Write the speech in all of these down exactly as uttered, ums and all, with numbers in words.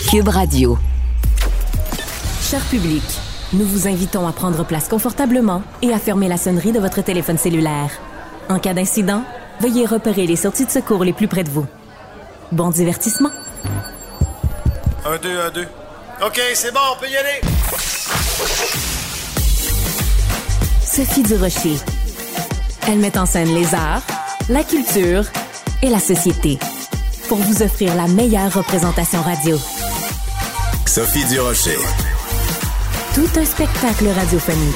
Cube Radio. Cher public, nous vous invitons à prendre place confortablement et à fermer la sonnerie de votre téléphone cellulaire. En cas d'incident, veuillez repérer les sorties de secours les plus près de vous. Bon divertissement. Un, deux, un, deux. OK, c'est bon, on peut y aller. Sophie Durocher. Elle met en scène les arts, la culture et la société pour vous offrir la meilleure représentation radio. Sophie Durocher. Tout un spectacle radiophonique.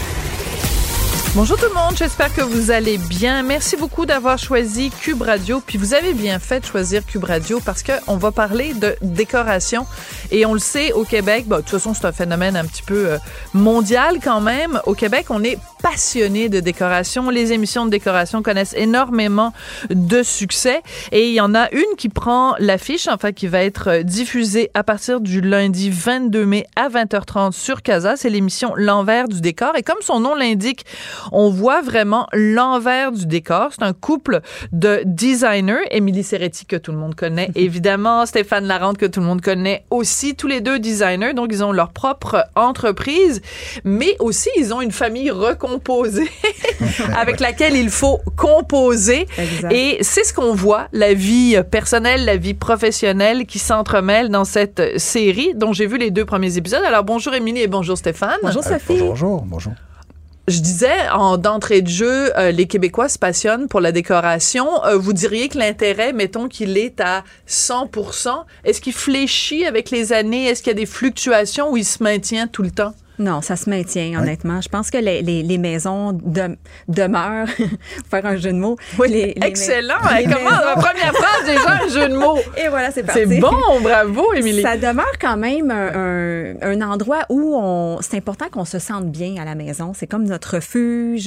Bonjour tout le monde, j'espère que vous allez bien. Merci beaucoup d'avoir choisi Cube Radio. Puis vous avez bien fait de choisir Cube Radio parce qu'on va parler de décoration. Et on le sait, au Québec, bon, de toute façon, c'est un phénomène un petit peu euh, mondial quand même. Au Québec, on est passionné de décoration. Les émissions de décoration connaissent énormément de succès. Et il y en a une qui prend l'affiche, enfin qui va être diffusée à partir du lundi vingt-deux mai à vingt heures trente sur Casa. C'est l'émission L'envers du décor. Et comme son nom l'indique, on voit vraiment l'envers du décor. C'est un couple de designers. Émilie Serretti, que tout le monde connaît, évidemment. Stéphane Larente, que tout le monde connaît aussi. Tous les deux designers. Donc, ils ont leur propre entreprise. Mais aussi, ils ont une famille recomposée avec laquelle il faut composer. Exact. Et c'est ce qu'on voit, la vie personnelle, la vie professionnelle qui s'entremêlent dans cette série dont j'ai vu les deux premiers épisodes. Alors, bonjour Émilie et bonjour Stéphane. Bonjour Sophie. Euh, bonjour, bonjour. Je disais, en d'entrée de jeu, euh, les Québécois se passionnent pour la décoration. Euh, vous diriez que l'intérêt, mettons qu'il est à cent pour cent. Est-ce qu'il fléchit avec les années? Est-ce qu'il y a des fluctuations ou il se maintient tout le temps? Non, ça se maintient, honnêtement. Oui. Je pense que les, les, les maisons de, demeurent, faire un jeu de mots. Oui, les, les excellent! Les Comment, maisons... la première phrase, déjà, un jeu de mots. Et voilà, c'est parti. C'est bon, bravo, Émilie. Ça demeure quand même un, un, un endroit où on, c'est important qu'on se sente bien à la maison. C'est comme notre refuge.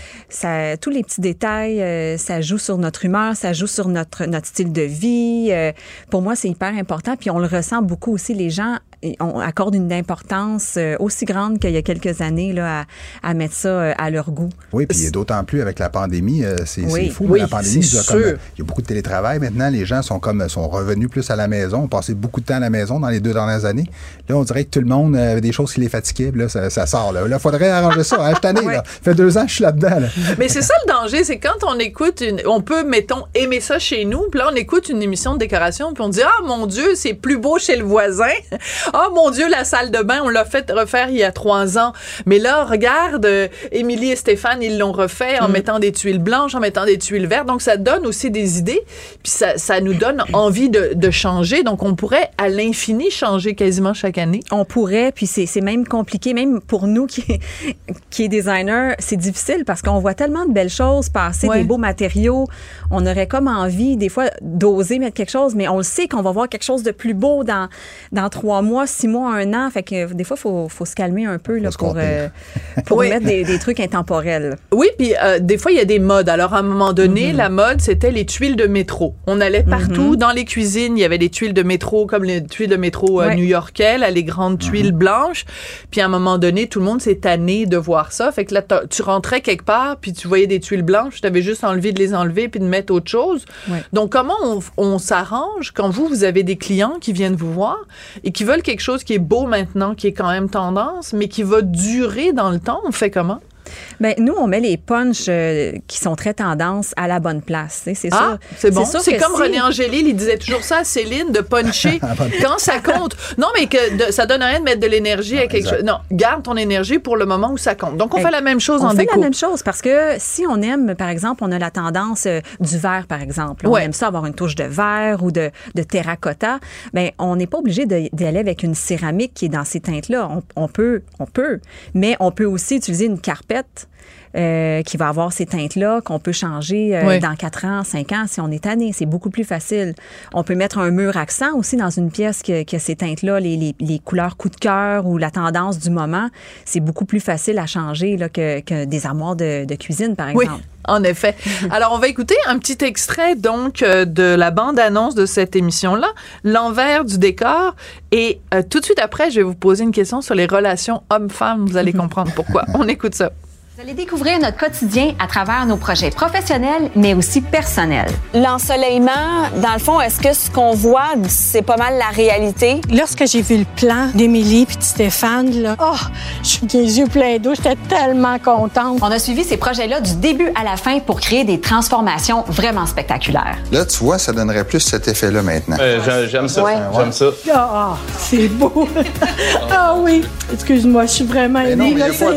Ça, tous les petits détails, ça joue sur notre humeur, ça joue sur notre, notre style de vie. Pour moi, c'est hyper important. Puis on le ressent beaucoup aussi. Les gens on accorde une importance aussi grande qu'il y a quelques années là, à, à mettre ça à leur goût. Oui, puis d'autant plus avec la pandémie, c'est, oui, c'est fou. Oui, la pandémie, c'est comme, sûr. Il y a beaucoup de télétravail maintenant. Les gens sont comme sont revenus plus à la maison, ont passé beaucoup de temps à la maison dans les deux dernières années. Là, on dirait que tout le monde avait des choses qui les fatiguaient. Là, ça, ça sort. Là, il faudrait arranger ça. Hein, cette année, oui. là. Ça fait deux ans que je suis là-dedans. Là. Mais c'est ça le danger, c'est quand on écoute, une, on peut, mettons, aimer ça chez nous, puis là, on écoute une émission de décoration, puis on dit « Ah, mon Dieu, c'est plus beau chez le voisin. Ah, oh, mon Dieu, la salle de bain, on l'a fait refaire il y a trois ans. Mais là, regarde, euh, Émilie et Stéphane, ils l'ont refait en mm. mettant des tuiles blanches, en mettant des tuiles vertes. Donc, ça donne aussi des idées. Puis, ça, ça nous donne envie de, de changer. Donc, on pourrait à l'infini changer quasiment chaque année. On pourrait. Puis, c'est, c'est même compliqué. Même pour nous qui, qui est designer, c'est difficile parce qu'on voit tellement de belles choses passer, ouais. des beaux matériaux. On aurait comme envie, des fois, d'oser mettre quelque chose, mais on le sait qu'on va voir quelque chose de plus beau dans, dans trois mois, six mois, un an. Fait que des fois, il faut, faut se calmer un peu là, pour, euh, pour oui. mettre des, des trucs intemporels. Oui, puis euh, des fois, il y a des modes. Alors, à un moment donné, mm-hmm. la mode, c'était les tuiles de métro. On allait partout. Mm-hmm. Dans les cuisines, il y avait des tuiles de métro, comme les tuiles de métro euh, ouais. new-yorkais, là, les grandes tuiles mm-hmm. blanches. Puis, à un moment donné, tout le monde s'est tanné de voir ça. Fait que là, tu rentrais quelque part, puis tu voyais des tuiles blanches, tu avais juste envie de les enlever puis de mettre autre chose. Ouais. Donc, comment on, on s'arrange quand vous, vous avez des clients qui viennent vous voir et qui veulent quelque chose qui est beau maintenant, qui est quand même tendance, mais qui va durer dans le temps? On fait comment? Bien, nous, on met les punchs euh, qui sont très tendance à la bonne place. C'est ah, sûr. C'est bon. C'est, sûr c'est comme si... René Angélil, il disait toujours ça à Céline, de puncher quand ça compte. Non, mais que de, ça donne rien de mettre de l'énergie non, à quelque exact. chose. Non, garde ton énergie pour le moment où ça compte. Donc, on et fait la même chose on en déco. On fait la même chose parce que si on aime, par exemple, on a la tendance euh, du vert, par exemple. On ouais. aime ça avoir une touche de vert ou de, de terracotta. Bien, on n'est pas obligé de, d'aller avec une céramique qui est dans ces teintes-là. On, on peut, on peut, mais on peut aussi utiliser une carpette. Euh, qui va avoir ces teintes-là, qu'on peut changer euh, oui. dans quatre ans, cinq ans, si on est tanné. C'est beaucoup plus facile. On peut mettre un mur accent aussi dans une pièce que, que ces teintes-là, les, les, les couleurs coup de cœur ou la tendance du moment. C'est beaucoup plus facile à changer là, que, que des armoires de, de cuisine, par exemple. Oui. En effet. Alors, on va écouter un petit extrait, donc, euh, de la bande-annonce de cette émission-là, L'envers du décor. Et euh, tout de suite après, je vais vous poser une question sur les relations hommes-femmes. Vous allez comprendre pourquoi. On écoute ça. Vous allez découvrir notre quotidien à travers nos projets professionnels, mais aussi personnels. L'ensoleillement, dans le fond, est-ce que ce qu'on voit, c'est pas mal la réalité? Lorsque j'ai vu le plan d'Émilie puis de Stéphane, là, oh, j'ai les yeux pleins d'eau, j'étais tellement contente. On a suivi ces projets-là du début à la fin pour créer des transformations vraiment spectaculaires. Là, tu vois, ça donnerait plus cet effet-là maintenant. Euh, j'aime ça, ouais. j'aime ça. Ah, c'est beau. Ah oui, excuse-moi, je suis vraiment émue.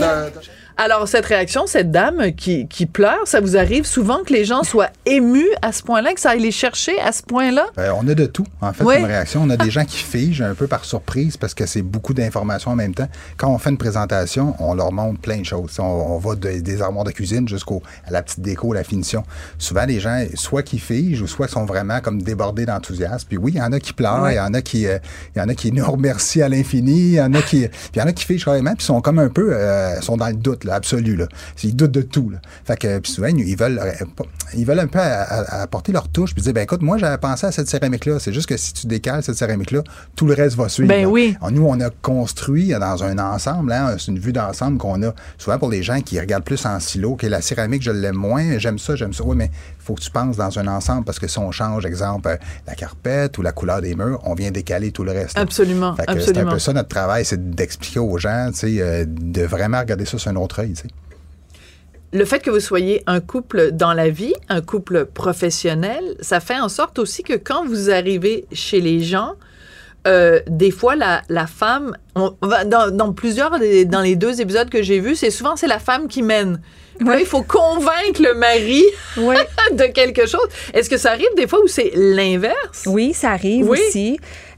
Alors, cette réaction, cette dame qui, qui pleure, ça vous arrive souvent que les gens soient émus à ce point-là, que ça aille les chercher à ce point-là? Ben, on a de tout, en fait, oui. comme réaction. On a des gens qui figent un peu par surprise parce que c'est beaucoup d'informations en même temps. Quand on fait une présentation, on leur montre plein de choses. On, on va de, des armoires de cuisine jusqu'à la petite déco, la finition. Souvent, les gens, soit qui figent ou soit qui sont vraiment comme débordés d'enthousiasme. Puis oui, il y en a qui pleurent, il oui. y en a qui euh, il y en a qui nous remercient à l'infini, il y en a qui, puis il y en a qui figent carrément, puis sont comme un peu, euh, sont dans le doute. Là, absolu, là. Ils doutent de tout, là. Fait que, puis souvent, ils veulent, ils veulent un peu à, à, à apporter leur touche, puis dire, ben écoute, moi, j'avais pensé à cette céramique-là. C'est juste que si tu décales cette céramique-là, tout le reste va suivre. Ben oui. Alors, nous, on a construit dans un ensemble, hein, c'est une vue d'ensemble qu'on a, souvent pour les gens qui regardent plus en silo, que la céramique, je l'aime moins, j'aime ça, j'aime ça. Oui, mais il faut que tu penses dans un ensemble, parce que si on change, exemple, la carpette ou la couleur des murs, on vient décaler tout le reste. Là. Absolument, fait que absolument. C'est un peu ça notre travail, c'est d'expliquer aux gens, tu sais, euh, de vraiment regarder ça sur un autre œil, tu sais. Le fait que vous soyez un couple dans la vie, un couple professionnel, ça fait en sorte aussi que quand vous arrivez chez les gens, euh, des fois, la, la femme, on, dans, dans plusieurs, des, dans les deux épisodes que j'ai vus, c'est souvent c'est la femme qui mène. Oui. Là, il faut convaincre le mari oui. de quelque chose. Est-ce que ça arrive des fois où c'est l'inverse? Oui, ça arrive oui. aussi.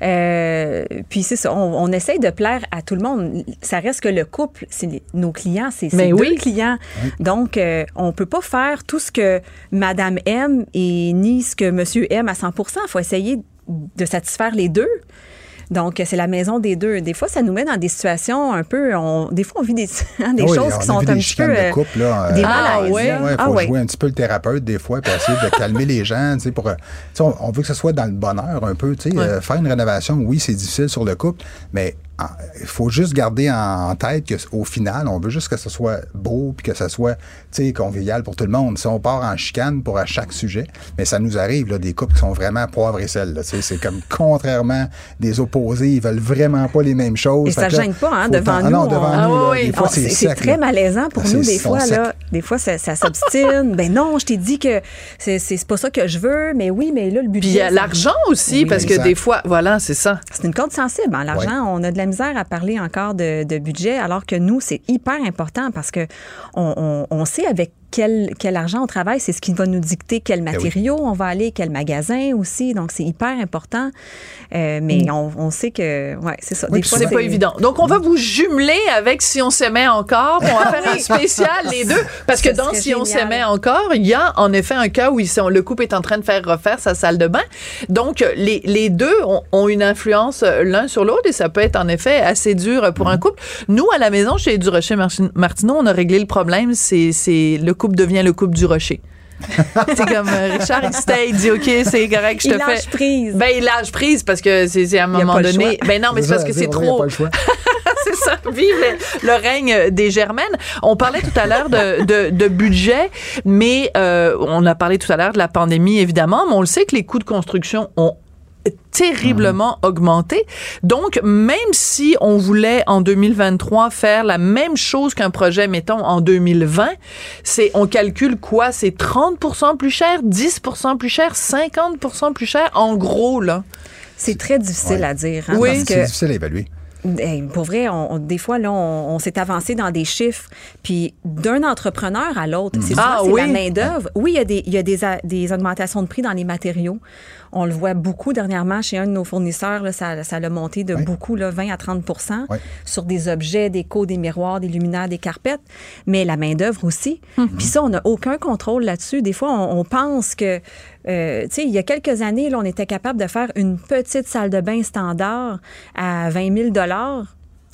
Euh, puis c'est ça, on, on essaye de plaire à tout le monde. Ça reste que le couple, c'est les, nos clients, c'est, c'est deux oui. clients. Oui. Donc, euh, on peut pas faire tout ce que madame aime et ni ce que monsieur aime à cent pour cent. Il faut essayer de satisfaire les deux. Donc, c'est la maison des deux. Des fois, ça nous met dans des situations un peu... On, des fois, on vit des, hein, des oui, choses qui sont un petit peu... De couple, là, des euh, malaises. Ah, ouais. Il ah, faut ouais. jouer un petit peu le thérapeute des fois pour essayer de calmer les gens. Pour, on, on veut que ce soit dans le bonheur un peu. Ouais. Euh, faire une rénovation, oui, c'est difficile sur le couple, mais il faut juste garder en tête qu'au final, on veut juste que ce soit beau puis que ce soit convivial pour tout le monde. Si on part en chicane pour à chaque sujet, mais ça nous arrive, là, des couples qui sont vraiment poivre et sel. Là, c'est comme contrairement des opposés, ils veulent vraiment pas les mêmes choses. Et ça ne gêne pas, hein, devant nous. Ah non, devant on... nous, là, ah, oui. des fois, on, c'est, c'est sec, très là. malaisant pour ah, nous, des fois. Là, des fois, ça, ça s'obstine. Ben non, je t'ai dit que c'est, c'est, c'est pas ça que je veux, mais oui, mais là, le budget... Puis il y a l'argent aussi, oui, parce exact. que des fois, voilà, c'est ça. C'est une corde sensible, hein, l'argent. Ouais. On a de la misère à parler encore de, de budget, alors que nous, c'est hyper important parce que on, on, on sait avec Quel, quel argent on travaille, c'est ce qui va nous dicter quels matériaux oui. on va aller, quel magasin aussi. Donc, c'est hyper important. Euh, mais mm. on, on sait que, ouais, c'est ça. Oui, des fois, c'est, c'est pas évident. Donc, on va vous jumeler avec Si on s'aimait encore. On va faire un spécial, les deux. Parce que dans Si génial. on s'aimait encore, il y a en effet un cas où ils sont, le couple est en train de faire refaire sa salle de bain. Donc, les, les deux ont, ont une influence l'un sur l'autre et ça peut être en effet assez dur pour mm. un couple. Nous, à la maison, chez Durocher-Martineau, on a réglé le problème. C'est, c'est le couple devient le couple du rocher. C'est comme euh, Richard Xtay dit OK, c'est correct, je te il fais. Il lâche prise. Ben il lâche prise parce que c'est, c'est à un moment donné. Ben non, mais c'est parce que c'est trop. C'est ça. Vive le, le règne des Germaines. On parlait tout à l'heure de, de, de budget, mais euh, on a parlé tout à l'heure de la pandémie évidemment, mais on le sait que les coûts de construction ont terriblement mmh. augmenté. Donc, même si on voulait en deux mille vingt-trois faire la même chose qu'un projet, mettons, en deux mille vingt, c'est, on calcule quoi? C'est trente pour cent plus cher, dix pour cent plus cher, cinquante pour cent plus cher, en gros, là. C'est très difficile ouais. à dire. Hein, oui, parce c'est que... difficile à évaluer. Hey, pour vrai, on, on, des fois, là, on, on s'est avancé dans des chiffres, puis d'un entrepreneur à l'autre, c'est, souvent, ah, c'est oui. la main-d'œuvre. Oui, il y a, des, il y a des, des augmentations de prix dans les matériaux. On le voit beaucoup dernièrement chez un de nos fournisseurs, là, ça, ça a monté de oui. beaucoup, là, vingt à trente pour cent oui. sur des objets, des cots, des miroirs, des luminaires, des carpettes, mais la main-d'œuvre aussi. Mm-hmm. Puis ça, on n'a aucun contrôle là-dessus. Des fois, on, on pense que, euh, tu sais, il y a quelques années, là, on était capable de faire une petite salle de bain standard à vingt mille dollars.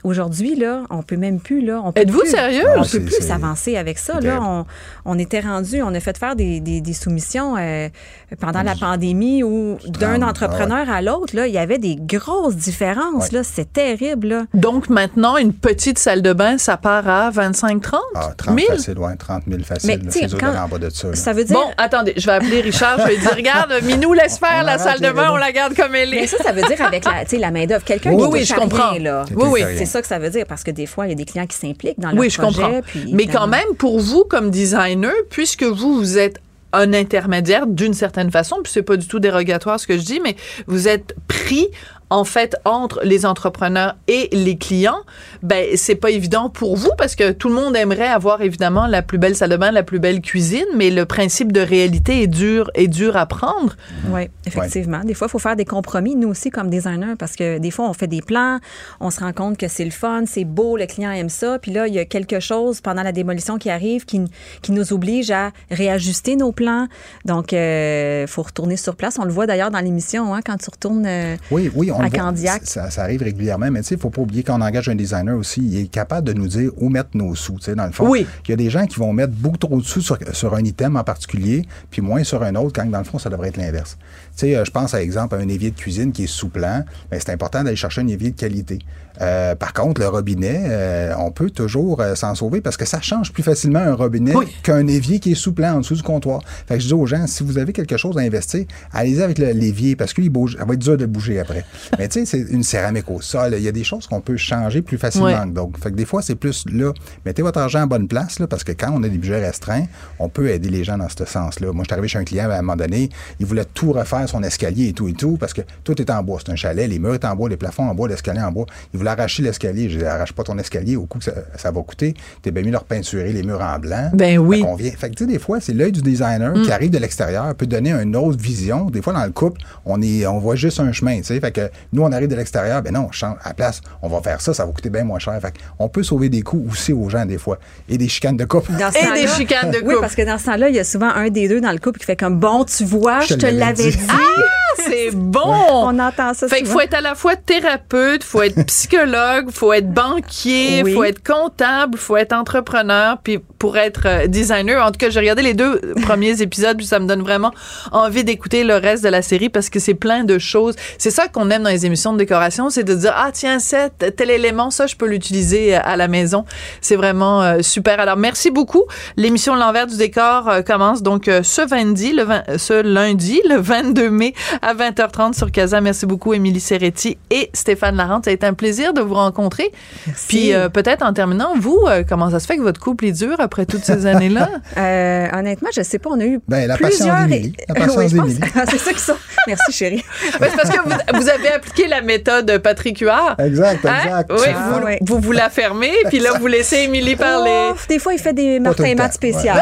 aujourd'hui, là, on peut même plus, là, on peut Êtes-vous plus, sérieux? On Ah, peut c'est- plus c'est- s'avancer avec ça. Là, on, on était rendu, on a fait faire des, des, des soumissions euh, pendant la pandémie où d'un tremble, entrepreneur à l'autre, là, il y avait des grosses différences. Ouais. Là, c'est terrible. Là. Donc, maintenant, une petite salle de bain, ça part à vingt-cinq trente Ah, trente mille? facile, ouais, trente mille facile. Mais, là, tu sais, c'est dur quand- d'aller en bas de ça. là. Ça veut dire... Bon, attendez, je vais appeler Richard, je vais lui dire, regarde, Minou, laisse faire On la arrête salle de les bain, rideaux. on la garde comme elle Mais est. ça, ça veut dire avec la, tu sais, la main-d'œuvre. Quelqu'un Oui, qui oui, touche je à comprends. rien, là. Qui Oui, touche oui. à rien. C'est ça que ça veut dire, parce que des fois, il y a des clients qui s'impliquent dans leur Oui, je projet. comprends. Puis, Mais quand évidemment, même, pour vous, comme designer, puisque vous, vous êtes un intermédiaire d'une certaine façon, puis c'est pas du tout dérogatoire ce que je dis, mais vous êtes pris en fait entre les entrepreneurs et les clients, ben c'est pas évident pour vous parce que tout le monde aimerait avoir évidemment la plus belle salle de bain, la plus belle cuisine, mais le principe de réalité est dur est dur à prendre. Oui, effectivement. Ouais. Des fois, il faut faire des compromis, nous aussi, comme designers, parce que des fois, on fait des plans, on se rend compte que c'est le fun, c'est beau, le client aime ça, puis là, il y a quelque chose pendant la démolition qui arrive qui, qui nous oblige à réajuster nos plans. Donc, il euh, faut retourner sur place. On le voit d'ailleurs dans l'émission, hein, quand tu retournes euh, oui, oui, on à le voit. Candiac. Ça, ça arrive régulièrement, mais tu sais, il ne faut pas oublier qu'on engage un designer aussi. Il est capable de nous dire où mettre nos sous. Tu sais, dans le fond, oui. Il y a des gens qui vont mettre beaucoup trop de sous sur, sur un item en particulier, puis moins sur un autre, quand dans le fond, ça devrait être l'inverse. Tu sais, je pense, par exemple, à un évier de cuisine qui est sous plan. Bien, c'est important d'aller chercher un évier de qualité. Euh, par contre, le robinet, euh, on peut toujours euh, s'en sauver parce que ça change plus facilement un robinet oui. qu'un évier qui est sous plan en dessous du comptoir. Fait que je dis aux gens, si vous avez quelque chose à investir, allez-y avec le, l'évier parce qu'il bouge, ça va être dur de bouger après. Mais tu sais, c'est une céramique au sol. Il y a des choses qu'on peut changer plus facilement. Oui. Donc, fait que des fois, c'est plus là, mettez votre argent en bonne place là, parce que quand on a des budgets restreints, on peut aider les gens dans ce sens-là. Moi, je suis arrivé chez un client à un moment donné, il voulait tout refaire, son escalier et tout et tout, parce que tout est en bois. C'est un chalet, les murs sont en bois, les plafonds en bois, l'escalier en bois. Il voulait arracher l'escalier. Je dis, arrache pas ton escalier au coup que ça, ça va coûter. T'es bien mieux de repeinturer les murs en blanc. Ben oui. Fait, vient, fait que tu sais, des fois, c'est l'œil du designer mm. qui arrive de l'extérieur, peut donner une autre vision. Des fois, dans le couple, on est, on voit juste un chemin, tu sais. Fait que nous, on arrive de l'extérieur, ben non, on change à la place, on va faire ça, ça va coûter bien moins cher. Fait on peut sauver des coûts aussi aux gens, des fois. Et des chicanes de couple. Et des chicanes de couple. Oui, parce que dans ce temps-là, il y a souvent un des deux dans le couple qui fait comme, bon, tu vois, je, je te l'avais dit. dit. Ah, c'est bon! On entend ça Fait qu'il faut être à la fois thérapeute, faut être psychologue, faut être banquier, oui. faut être comptable, faut être entrepreneur, puis pour être euh, designer. En tout cas, j'ai regardé les deux premiers épisodes, puis ça me donne vraiment envie d'écouter le reste de la série parce que c'est plein de choses. C'est ça qu'on aime dans les émissions de décoration, c'est de dire, ah tiens, cet, tel élément, ça, je peux l'utiliser à la maison. C'est vraiment euh, super. Alors, merci beaucoup. L'émission L'envers du décor euh, commence donc euh, ce lundi, le vingt, ce lundi, le vingt-deux mai à vingt heures trente sur Casa. Merci beaucoup, Émilie Serretti et Stéphane Larente. Ça a été un plaisir de vous rencontrer. Merci. Puis euh, peut-être en terminant, vous, euh, comment ça se fait que votre couple est dur après toutes ces années-là? euh, honnêtement, je sais pas. On a eu ben, la plusieurs... patience d'Émilie. La patience oui, d'Émilie. C'est ça qui sont. Merci, chérie. Ben, c'est parce que vous, vous avez appliqué la méthode Patrick Huard. Exact, hein? exact. Oui, ah, vous, oui. vous vous la fermez, puis là, vous laissez Émilie parler. Oh, des fois, il fait des Martin et Matt spéciales.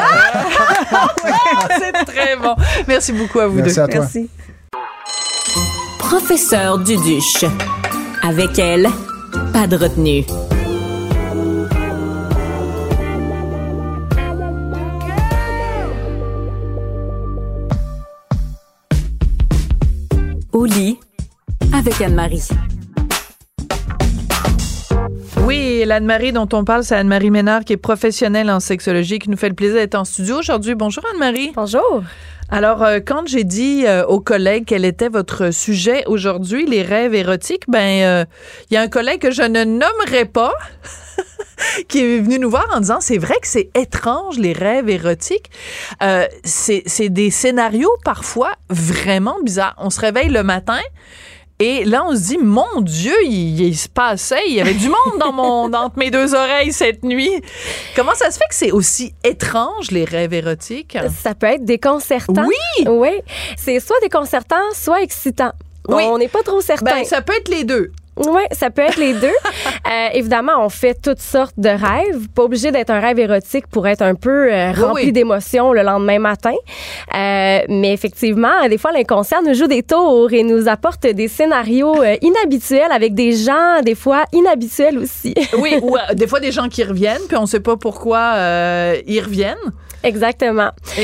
Ouais. C'est très bon. Merci beaucoup à vous Merci deux. À toi. Merci. Professeur Duduche. Avec elle, pas de retenue. Au lit, avec Anne-Marie. Oui, l'Anne-Marie dont on parle, c'est Anne-Marie Ménard qui est professionnelle en sexologie et qui nous fait le plaisir d'être en studio aujourd'hui. Bonjour Anne-Marie. Bonjour. Alors, euh, quand j'ai dit euh, aux collègues quel était votre sujet aujourd'hui, les rêves érotiques, ben, il euh, y a un collègue que je ne nommerai pas qui est venu nous voir en disant, c'est vrai que c'est étrange, les rêves érotiques. Euh, c'est, c'est des scénarios parfois vraiment bizarres. On se réveille le matin et là, on se dit, mon Dieu, il, il se passait, il y avait du monde dans mon, entre mes deux oreilles cette nuit. Comment ça se fait que c'est aussi étrange, les rêves érotiques? Ça peut être déconcertant. Oui! Oui. C'est soit déconcertant, soit excitant. Oui. On n'est pas trop certain. Ben, ça peut être les deux. Oui, ça peut être les deux. euh, évidemment, on fait toutes sortes de rêves. Pas obligé d'être un rêve érotique pour être un peu euh, rempli oui. d'émotions le lendemain matin. Euh, mais effectivement, des fois, l'inconscient nous joue des tours et nous apporte des scénarios euh, inhabituels avec des gens, des fois, inhabituels aussi. Oui, ou euh, des fois, des gens qui reviennent, puis on ne sait pas pourquoi euh, ils reviennent. Exactement. Et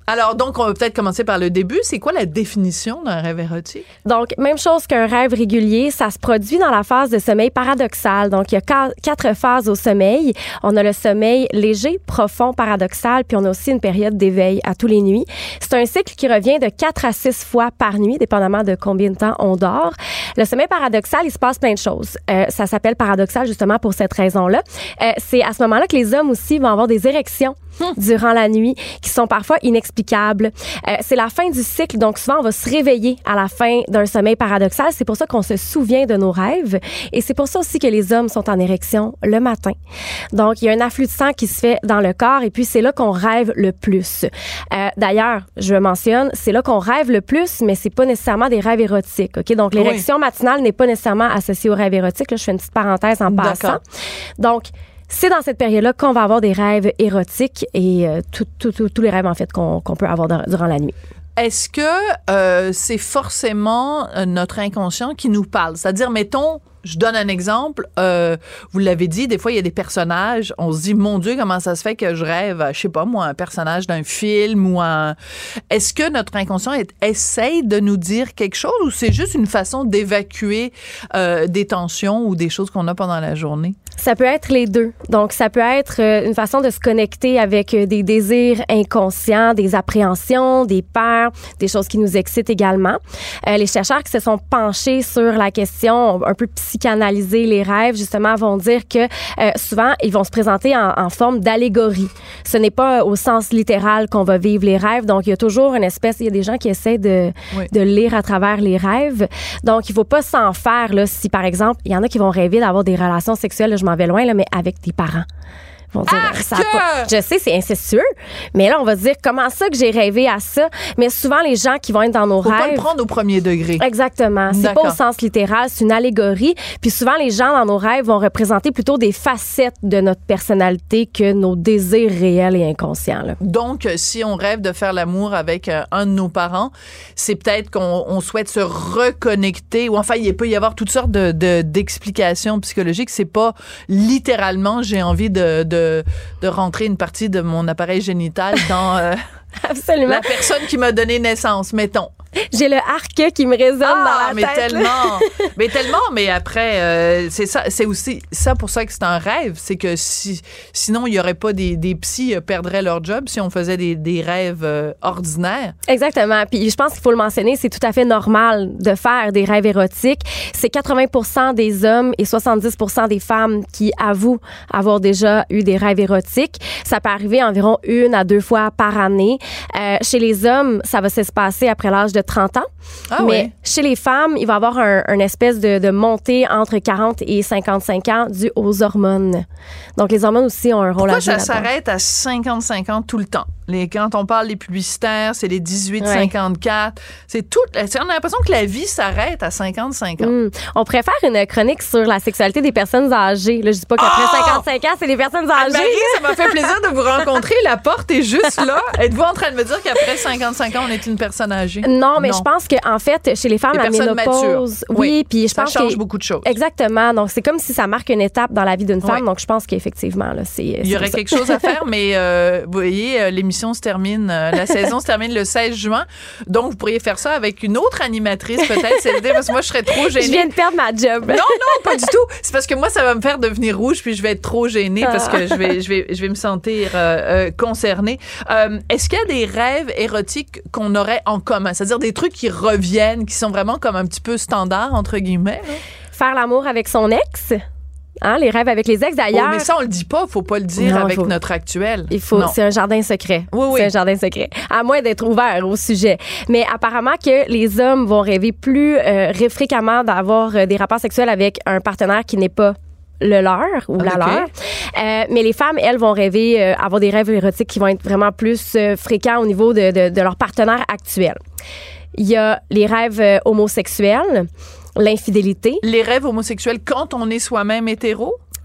Alors, donc, on va peut-être commencer par le début. C'est quoi la définition d'un rêve érotique? Donc, même chose qu'un rêve régulier, ça se produit dans la phase de sommeil paradoxal. Donc, il y a quatre phases au sommeil. On a le sommeil léger, profond, paradoxal, puis on a aussi une période d'éveil à tous les nuits. C'est un cycle qui revient de quatre à six fois par nuit, dépendamment de combien de temps on dort. Le sommeil paradoxal, il se passe plein de choses. Euh, ça s'appelle paradoxal justement pour cette raison-là. Euh, c'est à ce moment-là que les hommes aussi vont avoir des érections hum. durant la nuit qui sont parfois inexplicables. Euh, c'est la fin du cycle, donc souvent on va se réveiller à la fin d'un sommeil paradoxal. C'est pour ça qu'on se souvient de nos rêves et c'est pour ça aussi que les hommes sont en érection le matin. Donc il y a un afflux de sang qui se fait dans le corps et puis c'est là qu'on rêve le plus. Euh, d'ailleurs, je mentionne, c'est là qu'on rêve le plus, mais c'est pas nécessairement des rêves érotiques. Ok, donc l'érection oui. matinale n'est pas nécessairement associée aux rêves érotiques. Là, je fais une petite parenthèse en passant. Donc c'est dans cette période-là qu'on va avoir des rêves érotiques et euh, tous les rêves, en fait, qu'on qu'on peut avoir de, durant la nuit. Est-ce que euh, c'est forcément notre inconscient qui nous parle? C'est-à-dire, mettons, je donne un exemple. Euh, vous l'avez dit, des fois, il y a des personnages. On se dit, mon Dieu, comment ça se fait que je rêve, je sais pas, moi, un personnage d'un film ou un... Est-ce que notre inconscient est, essaye de nous dire quelque chose ou c'est juste une façon d'évacuer euh, des tensions ou des choses qu'on a pendant la journée? Ça peut être les deux. Donc, ça peut être une façon de se connecter avec des désirs inconscients, des appréhensions, des peurs, des choses qui nous excitent également. Euh, les chercheurs qui se sont penchés sur la question, un peu psychanalyser les rêves, justement, vont dire que euh, souvent, ils vont se présenter en, en forme d'allégorie. Ce n'est pas au sens littéral qu'on va vivre les rêves. Donc, il y a toujours une espèce... Il y a des gens qui essaient de, oui. de lire à travers les rêves. Donc, il ne faut pas s'en faire, là, si, par exemple, il y en a qui vont rêver d'avoir des relations sexuelles, là, je m'en vais loin, là, mais avec des parents. Vont dire, ça a pas, je sais, c'est incestueux, mais là, on va se dire, comment ça que j'ai rêvé à ça? Mais souvent, les gens qui vont être dans nos Faut rêves... Faut pas le prendre au premier degré. Exactement. C'est pas au sens littéral, c'est une allégorie. Puis souvent, les gens dans nos rêves vont représenter plutôt des facettes de notre personnalité que nos désirs réels et inconscients. Là. Donc, si on rêve de faire l'amour avec euh, un de nos parents, c'est peut-être qu'on on souhaite se reconnecter, ou enfin, il peut y avoir toutes sortes de, de, d'explications psychologiques. C'est pas littéralement, j'ai envie de... de de rentrer une partie de mon appareil génital dans euh, Absolument. la personne qui m'a donné naissance, mettons. J'ai le arc qui me résonne ah, dans la mais tête. Tellement, mais tellement, mais après, euh, c'est ça, c'est aussi ça pour ça que c'est un rêve, c'est que si, sinon il y aurait pas des, des psys euh, perdraient leur job si on faisait des, des rêves euh, ordinaires. Exactement. Puis je pense qu'il faut le mentionner, c'est tout à fait normal de faire des rêves érotiques. C'est quatre-vingts pour cent des hommes et soixante-dix pour cent des femmes qui avouent avoir déjà eu des rêves érotiques. Ça peut arriver environ une à deux fois par année. Euh, chez les hommes, ça va s'espacer après l'âge de trente ans. Ah, mais ouais. chez les femmes, il va y avoir un, un espèce de, de montée entre quarante et cinquante-cinq ans due aux hormones. Donc, les hormones aussi ont un rôle Pourquoi à jouer ça là-dedans. s'arrête à cinquante-cinq ans tout le temps? Les, quand on parle des publicitaires, c'est les dix-huit cinquante-quatre. Ouais. C'est tout. On a l'impression que la vie s'arrête à cinquante-cinq ans. Mmh. On pourrait faire une chronique sur la sexualité des personnes âgées. Là, je dis pas qu'après oh! cinquante-cinq ans, c'est les personnes âgées. Marie, ça m'a fait plaisir de vous rencontrer. La porte est juste là. Êtes-vous en train de me dire qu'après cinquante-cinq ans, on est une personne âgée? Non, mais non. Je pense qu'en fait, chez les femmes, les la ménopause, oui, oui, puis je ça pense change que, beaucoup de choses. Exactement. Donc, c'est comme si ça marque une étape dans la vie d'une femme. Ouais. Donc, je pense qu'effectivement, là, c'est. Il y aurait quelque chose à faire, mais euh, vous voyez, l'émission se termine, euh, la saison se termine le seize juin. Donc, vous pourriez faire ça avec une autre animatrice, peut-être, C L D, parce que moi, je serais trop gênée. Je viens de perdre ma job. Non, non, pas du tout. C'est parce que moi, ça va me faire devenir rouge, puis je vais être trop gênée parce que je vais, je vais, je vais me sentir euh, euh, concernée. Euh, est-ce qu'il y a des rêves érotiques qu'on aurait en commun? C'est-à-dire des trucs qui reviennent, qui sont vraiment comme un petit peu standards, entre guillemets? Hein? Faire l'amour avec son ex. Hein, les rêves avec les ex, d'ailleurs. Oh, mais ça, on le dit pas. Faut pas le dire non, avec faut, notre actuel. Il faut. C'est un jardin secret. Oui, oui. C'est un jardin secret. À moins d'être ouvert au sujet. Mais apparemment que les hommes vont rêver plus euh, fréquemment d'avoir euh, des rapports sexuels avec un partenaire qui n'est pas le leur ou la okay. leur. Euh, mais les femmes, elles, vont rêver euh, avoir des rêves érotiques qui vont être vraiment plus euh, fréquents au niveau de, de, de leur partenaire actuel. Il y a les rêves euh, homosexuels, l'infidélité. Les rêves homosexuels quand on est soi-même hétéro? Oui.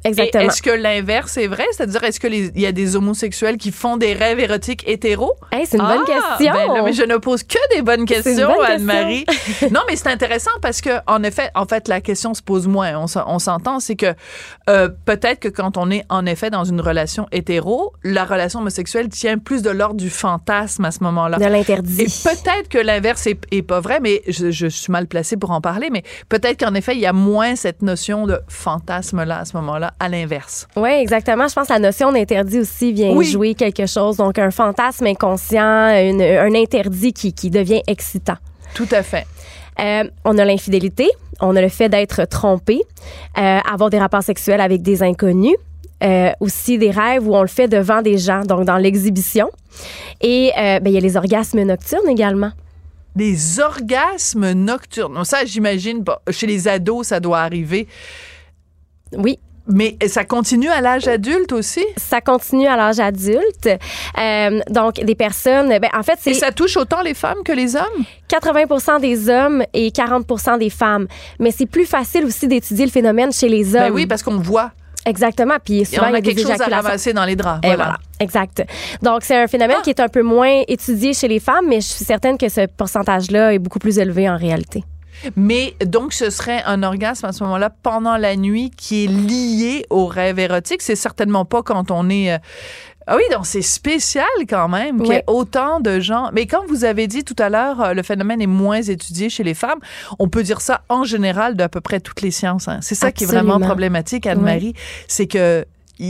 Exactement. Et est-ce que l'inverse est vrai? C'est-à-dire, est-ce qu'il y a des homosexuels qui font des rêves érotiques hétéros? Hey, c'est une ah, bonne question. Ben là, mais je ne pose que des bonnes questions, bonne Anne-Marie. Question. Non, mais c'est intéressant parce que, en effet, en fait, la question se pose moins. On, on s'entend, c'est que euh, peut-être que quand on est, en effet, dans une relation hétéro, la relation homosexuelle tient plus de l'ordre du fantasme à ce moment-là. De l'interdit. Et peut-être que l'inverse est, est pas vrai, mais je, je suis mal placée pour en parler, mais peut-être qu'en effet, il y a moins cette notion de fantasme-là à ce moment-là, à l'inverse. Oui, exactement. Je pense que la notion d'interdit aussi vient oui. jouer quelque chose. Donc, un fantasme inconscient, une, un interdit qui, qui devient excitant. Tout à fait. Euh, on a l'infidélité, on a le fait d'être trompé, euh, avoir des rapports sexuels avec des inconnus, euh, aussi des rêves où on le fait devant des gens, donc dans l'exhibition. Et euh, ben, il y a les orgasmes nocturnes également. Des orgasmes nocturnes. Ça, j'imagine, chez les ados, ça doit arriver. Oui. Mais ça continue à l'âge adulte aussi? Ça continue à l'âge adulte. Euh, donc, des personnes... Ben, en fait, c'est... Et ça touche autant les femmes que les hommes? quatre-vingts pour cent des hommes et quarante pour cent des femmes. Mais c'est plus facile aussi d'étudier le phénomène chez les hommes. Ben oui, parce qu'on voit. Exactement. Puis souvent, et on a, il y a quelque chose à ramasser dans les draps. Voilà. voilà. Exact. Donc, c'est un phénomène ah. qui est un peu moins étudié chez les femmes, mais je suis certaine que ce pourcentage-là est beaucoup plus élevé en réalité. Mais donc, ce serait un orgasme à ce moment-là pendant la nuit qui est lié au rêve érotique. C'est certainement pas quand on est... Euh... Ah oui, donc c'est spécial quand même qu'il y ait autant de gens. Mais quand vous avez dit tout à l'heure, le phénomène est moins étudié chez les femmes, on peut dire ça en général d'à peu près toutes les sciences. Hein. C'est ça Absolument. Qui est vraiment problématique, Anne-Marie. Oui. C'est que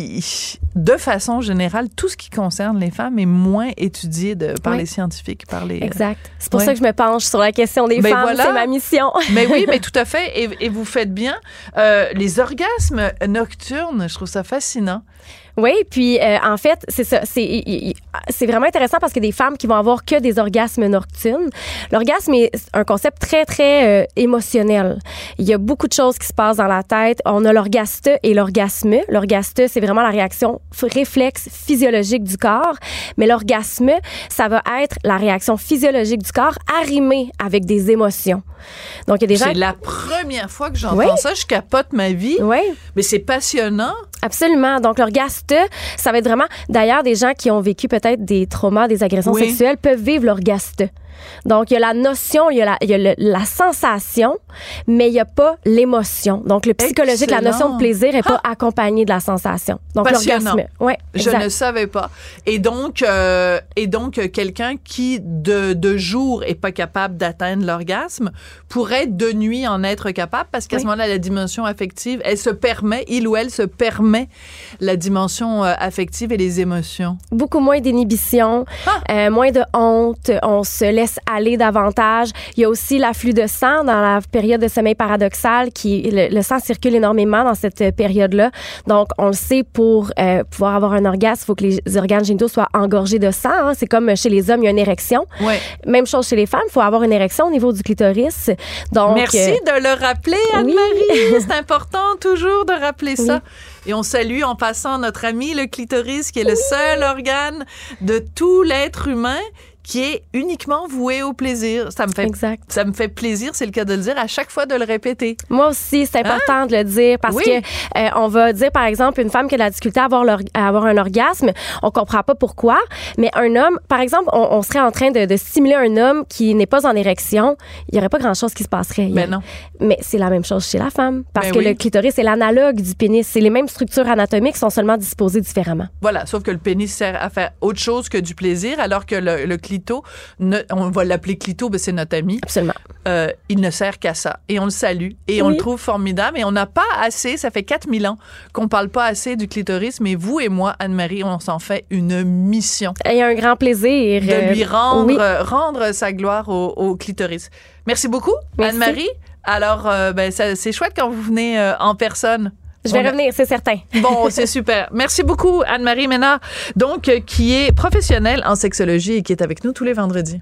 de façon générale, tout ce qui concerne les femmes est moins étudié de, par oui. les scientifiques. Par les, exact. C'est pour oui. ça que je me penche sur la question des ben femmes. Voilà. C'est ma mission. Mais oui, mais tout à fait. Et, et vous faites bien. Euh, les orgasmes nocturnes, je trouve ça fascinant. Oui, puis euh, en fait, c'est ça, c'est c'est vraiment intéressant parce que des femmes qui vont avoir que des orgasmes nocturnes. L'orgasme est un concept très très euh, émotionnel. Il y a beaucoup de choses qui se passent dans la tête. On a l'orgaste et l'orgasme. L'orgaste, c'est vraiment la réaction réflexe physiologique du corps, mais l'orgasme, ça va être la réaction physiologique du corps arrimée avec des émotions. Donc il y a des gens. C'est la première fois que j'entends oui. ça, je capote ma vie. Oui. Mais c'est passionnant. Absolument. Donc, l'orgasme, ça va être vraiment... D'ailleurs, des gens qui ont vécu peut-être des traumas, des agressions oui. sexuelles peuvent vivre l'orgasme. Donc, il y a la notion, il y a la, il y a le, la sensation, mais il n'y a pas l'émotion. Donc, le psychologique, Excellent. La notion de plaisir n'est pas ah. accompagnée de la sensation. Donc, Passionnant. l'orgasme. Ouais, je ne savais pas. Et donc, euh, et donc quelqu'un qui, de, de jour, n'est pas capable d'atteindre l'orgasme, pourrait de nuit en être capable parce qu'à oui. ce moment-là, la dimension affective, elle se permet, il ou elle se permet la dimension euh, affective et les émotions. Beaucoup moins d'inhibition, ah. euh, moins de honte, on se laisse aller davantage. Il y a aussi l'afflux de sang dans la période de sommeil paradoxal qui le, le sang circule énormément dans cette période-là. Donc on le sait, pour euh, pouvoir avoir un orgasme, il faut que les organes génitaux soient engorgés de sang, hein. C'est comme chez les hommes, il y a une érection. Ouais. Même chose chez les femmes, il faut avoir une érection au niveau du clitoris. Donc merci euh, de le rappeler, Anne-Marie. Oui. C'est important toujours de rappeler oui. ça. Et on salue en passant notre ami le clitoris qui est le seul organe de tout l'être humain qui est uniquement voué au plaisir. Ça me fait, exact. Ça me fait plaisir, c'est le cas de le dire, à chaque fois de le répéter. Moi aussi, c'est important hein? de le dire parce oui. que euh, on va dire, par exemple, une femme qui a de la difficulté à avoir, à avoir un orgasme, on comprend pas pourquoi, mais un homme, par exemple, on, on serait en train de, de stimuler un homme qui n'est pas en érection, il y aurait pas grand-chose qui se passerait. Mais non. Mais c'est la même chose chez la femme parce ben que oui. le clitoris, c'est l'analogue du pénis. C'est les mêmes structures anatomiques, sont seulement disposées différemment. Voilà, sauf que le pénis sert à faire autre chose que du plaisir, alors que le, le clito, ne, on va l'appeler clito, ben c'est notre ami. Absolument. Euh, il ne sert qu'à ça. Et on le salue. Et oui. on le trouve formidable. Et on n'a pas assez, ça fait quatre mille ans qu'on parle pas assez du clitoris, mais vous et moi, Anne-Marie, on s'en fait une mission. Et un grand plaisir. De lui rendre, oui. euh, rendre sa gloire au, au clitoris. Merci beaucoup, Merci. Anne-Marie. Alors, euh, ben, ça, c'est chouette quand vous venez euh, en personne. Je vais On revenir, a... c'est certain. Bon, c'est super. Merci beaucoup, Anne-Marie Ménard, donc, euh, qui est professionnelle en sexologie et qui est avec nous tous les vendredis.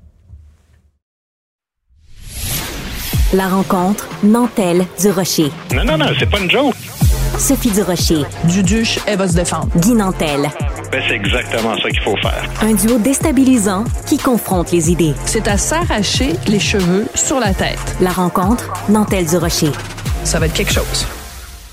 La rencontre Nantel Durocher. Non, non, non, c'est pas une joke. Sophie Durocher. Duduche, elle va se défendre. Guy Nantel. Ben, c'est exactement ça qu'il faut faire. Un duo déstabilisant qui confronte les idées. C'est à s'arracher les cheveux sur la tête. La rencontre Nantel Durocher. Ça va être quelque chose.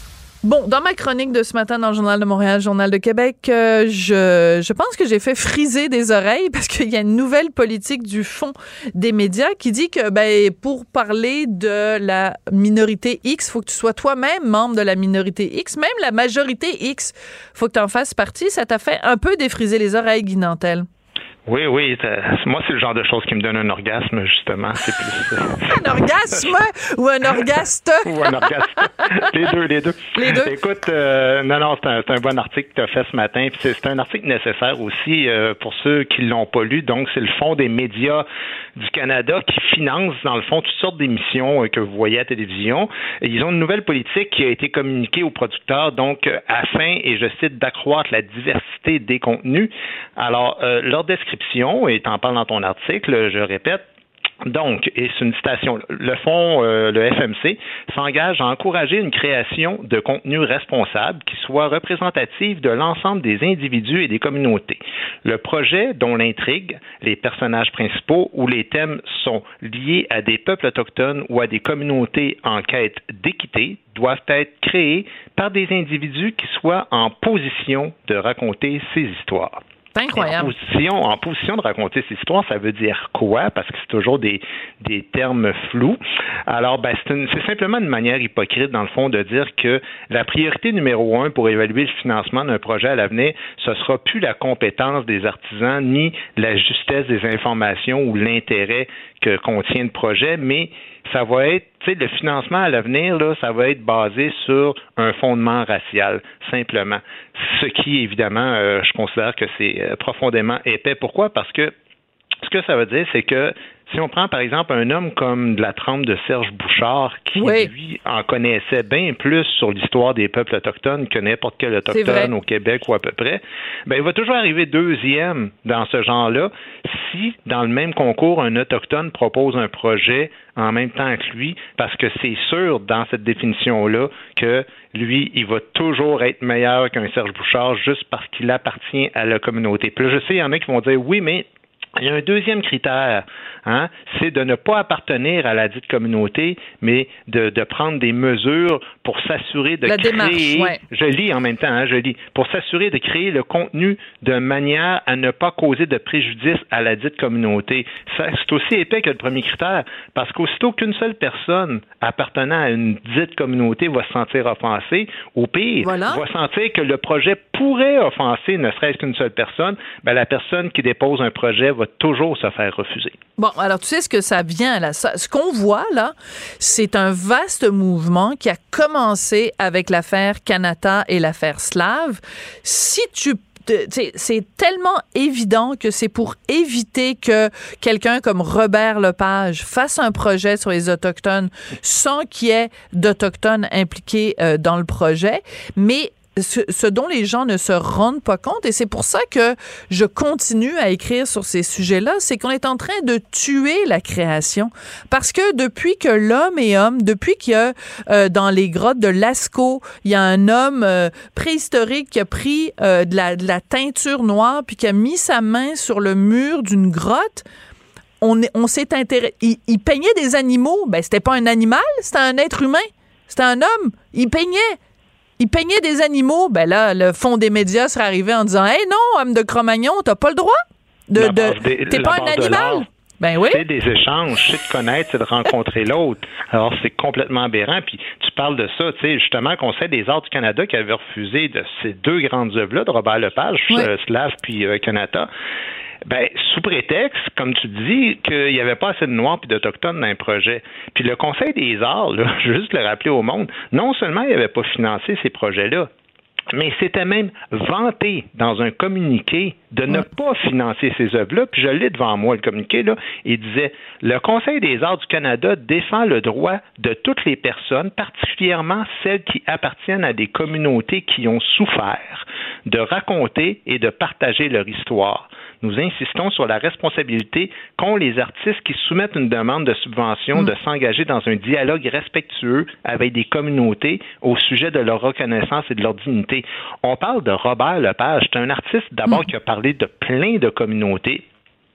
Bon, dans ma chronique de ce matin dans le Journal de Montréal, Journal de Québec, euh, je, je pense que j'ai fait friser des oreilles parce qu'il y a une nouvelle politique du Fonds des médias qui dit que ben, pour parler de la minorité X, il faut que tu sois toi-même membre de la minorité X, même la majorité X, il faut que tu en fasses partie. Ça t'a fait un peu défriser les oreilles, Guy Nantel. Oui, oui. Moi, c'est le genre de choses qui me donne un orgasme, justement. C'est plus... un orgasme ou un orgaste? ou un orgaste. Les deux, les deux. Les deux. Écoute, euh, non, non, c'est un, c'est un bon article que tu as fait ce matin. Puis c'est, c'est un article nécessaire aussi euh, pour ceux qui l'ont pas lu. Donc, c'est le Fonds des médias du Canada qui finance, dans le fond, toutes sortes d'émissions euh, que vous voyez à la télévision. Et ils ont une nouvelle politique qui a été communiquée aux producteurs, donc, euh, afin, et je cite, d'accroître la diversité des contenus. Alors, euh, leur description, et tu en parles dans ton article, je répète, donc, et c'est une citation, le fonds, euh, le F M C, s'engage à encourager une création de contenu responsable qui soit représentatif de l'ensemble des individus et des communautés. Le projet dont l'intrigue, les personnages principaux ou les thèmes sont liés à des peuples autochtones ou à des communautés en quête d'équité doivent être créés par des individus qui soient en position de raconter ces histoires. Incroyable. En position, en position de raconter cette histoire, ça veut dire quoi? Parce que c'est toujours des, des termes flous. Alors, ben, c'est, une, c'est simplement une manière hypocrite, dans le fond, de dire que la priorité numéro un pour évaluer le financement d'un projet à l'avenir, ce sera plus la compétence des artisans, ni la justesse des informations ou l'intérêt que contient le projet, mais ça va être, tu sais, le financement à l'avenir, là, ça va être basé sur un fondement racial, simplement. Ce qui, évidemment, euh, je considère que c'est euh, profondément épais. Pourquoi? Parce que ce que ça veut dire, c'est que si on prend, par exemple, un homme comme de la trempe de Serge Bouchard, qui, oui. lui, en connaissait bien plus sur l'histoire des peuples autochtones que n'importe quel autochtone au Québec ou à peu près, ben il va toujours arriver deuxième dans ce genre-là si, dans le même concours, un autochtone propose un projet en même temps que lui, parce que c'est sûr, dans cette définition-là, que lui, il va toujours être meilleur qu'un Serge Bouchard juste parce qu'il appartient à la communauté. Puis là, je sais, il y en a qui vont dire, oui, mais il y a un deuxième critère, hein, c'est de ne pas appartenir à la dite communauté, mais de, de prendre des mesures pour s'assurer de la créer, démarche, ouais. je lis en même temps, hein, je lis, pour s'assurer de créer le contenu de manière à ne pas causer de préjudice à la dite communauté. Ça, c'est aussi épais que le premier critère, parce qu'aussitôt qu'une seule personne appartenant à une dite communauté va se sentir offensée, au pire, voilà. va sentir que le projet pourrait offenser ne serait-ce qu'une seule personne, ben la personne qui dépose un projet va toujours se faire refuser. Bon, alors tu sais ce que ça vient là, ça, ce qu'on voit là, c'est un vaste mouvement qui a commencé avec l'affaire Kanata et l'affaire Slave. Si tu C'est, c'est tellement évident que c'est pour éviter que quelqu'un comme Robert Lepage fasse un projet sur les Autochtones sans qu'il y ait d'Autochtones impliqués euh, dans le projet, mais Ce, ce dont les gens ne se rendent pas compte, et c'est pour ça que je continue à écrire sur ces sujets-là, c'est qu'on est en train de tuer la création. Parce que depuis que l'homme est homme, depuis qu'il y a euh, dans les grottes de Lascaux, il y a un homme euh, préhistorique qui a pris euh, de, la, de la teinture noire puis qui a mis sa main sur le mur d'une grotte, on, est, on s'est intéressé. Il, il peignait des animaux. Ben, c'était pas un animal, c'était un être humain. C'était un homme. Il peignait. Il peignait des animaux. Ben là, le Fonds des médias serait arrivé en disant « Hey, non, homme de Cro-Magnon, t'as pas le droit. De, de, des, t'es pas un animal. » Ben oui. C'est des échanges, c'est de connaître, c'est de rencontrer l'autre. Alors, c'est complètement aberrant. Puis, tu parles de ça, tu sais, justement, Conseil des arts du Canada qui avait refusé de ces deux grandes œuvres-là, de Robert Lepage, oui. euh, Slave puis euh, Kanata. Ben, sous prétexte, comme tu dis, qu'il n'y avait pas assez de Noirs et d'Autochtones dans le projet. Puis le Conseil des arts, là, je veux juste le rappeler au monde, non seulement il n'avait pas financé ces projets-là, mais c'était même vanté dans un communiqué de ne pas financer ces œuvres-là. Puis je l'ai devant moi, le communiqué, là. Il disait « Le Conseil des arts du Canada défend le droit de toutes les personnes, particulièrement celles qui appartiennent à des communautés qui ont souffert, de raconter et de partager leur histoire. Nous insistons sur la responsabilité qu'ont les artistes qui soumettent une demande de subvention mmh. de s'engager dans un dialogue respectueux avec des communautés au sujet de leur reconnaissance et de leur dignité. » On parle de Robert Lepage. C'est un artiste d'abord mmh. qui a parlé de plein de communautés.